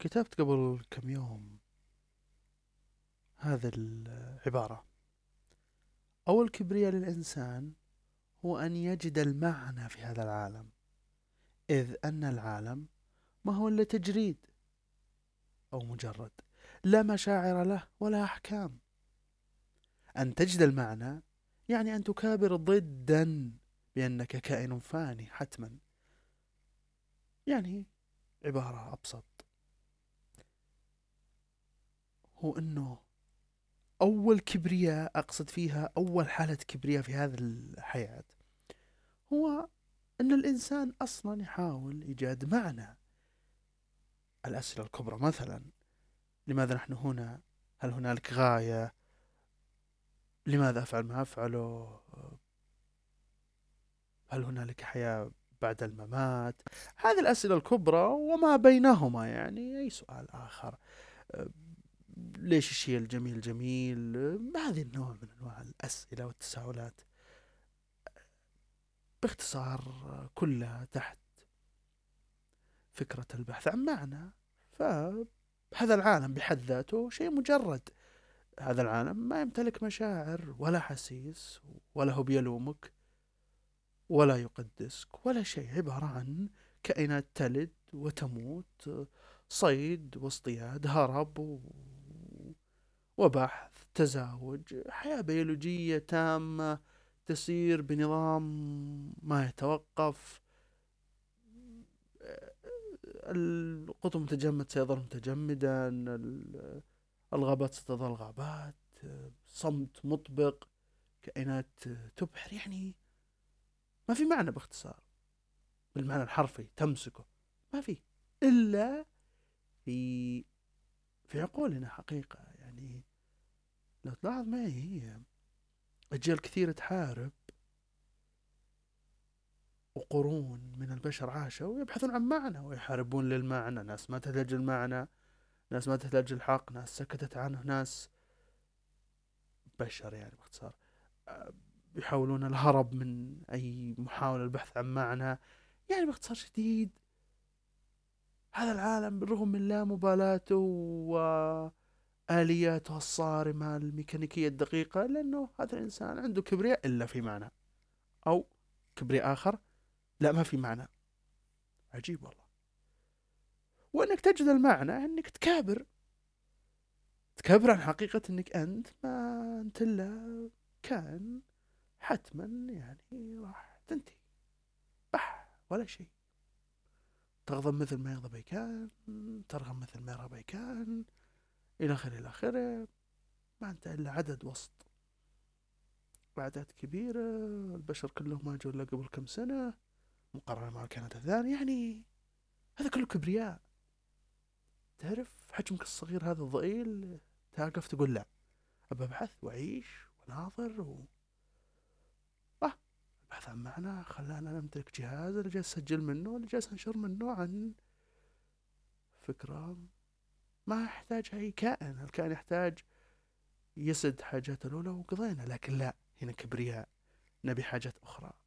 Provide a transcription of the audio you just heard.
كتبت قبل كم يوم هذه العبارة: أول كبرياء للإنسان هو أن يجد المعنى في هذا العالم، إذ أن العالم ما هو إلا تجريد أو مجرد، لا مشاعر له ولا أحكام. أن تجد المعنى يعني أن تكابر ضدا بأنك كائن فاني حتما. يعني عبارة أبسط، هو أنه أول كبرياء أقصد فيها أول حالة كبرياء في هذه الحياة هو أن الإنسان أصلا يحاول إيجاد معنى. الأسئلة الكبرى مثلا: لماذا نحن هنا؟ هل هنالك غاية؟ لماذا أفعل ما أفعله؟ هل هنالك حياة بعد الممات؟ هذه الأسئلة الكبرى وما بينهما، يعني أي سؤال آخر. أه، ليش الشيء الجميل جميل؟ هذه النوع من أنواع الأسئلة والتساؤلات باختصار كلها تحت فكرة البحث عن معنى. فهذا العالم بحد ذاته شيء مجرد. هذا العالم ما يمتلك مشاعر ولا حسيس، ولا هو بيلومك ولا يقدسك ولا شيء. عبارة عن كائنات تلد وتموت، صيد واصطياد، هرب وبحث، تزاوج، حياة بيولوجية تامة تسير بنظام ما يتوقف. القطب متجمد سيظل متجمدا، الغابات ستظل غابات، صمت مطبق، كائنات تبحر. يعني ما في معنى باختصار، بالمعنى الحرفي تمسكه ما في إلا في عقولنا حقيقة. يعني لو تلاحظ معي أجيال كثيرة تحارب، وقرون من البشر عاشوا يبحثون عن معنى ويحاربون للمعنى. ناس ما تحتاج المعنى، ناس ما تحتاج الحق، ناس سكتت عنه، ناس بشر يعني باختصار يحاولون الهرب من أي محاولة البحث عن معنى. يعني باختصار شديد هذا العالم بالرغم من لا مبالاته وآلياته الصارمة الميكانيكية الدقيقة، لأنه هذا الإنسان عنده كبرياء إلا في معنى، أو كبرياء آخر لا ما في معنى. عجيب والله. وأنك تجد المعنى أنك تكابر عن حقيقة أنك أنت ما أنت إلا كان حتما يعني راح تنتهي، بح ولا شيء. تغضب مثل ما يغضب بيكان، ترغب مثل ما يرغب بيكان، إلى آخره إلى آخره. ما أنت إلا عدد وسط أعداد كبيرة. البشر كلهم ما جو إلا قبل كم سنة مقارنة مع الكائنات الثانية. يعني هذا كله كبرياء. تعرف حجمك الصغير هذا الضئيل، تقف تقول لا، أبى أبحث وأعيش وناظر البحث عن معنى خلانا نمتلك جهاز اللي جالس أسجل منه، اللي جالس أنشر منه عن فكرة ما يحتاجها أي كائن. الكائن يحتاج يسد حاجاته الأولى وقضينا، لكن لا، هنا كبرياء، نبي حاجات أخرى.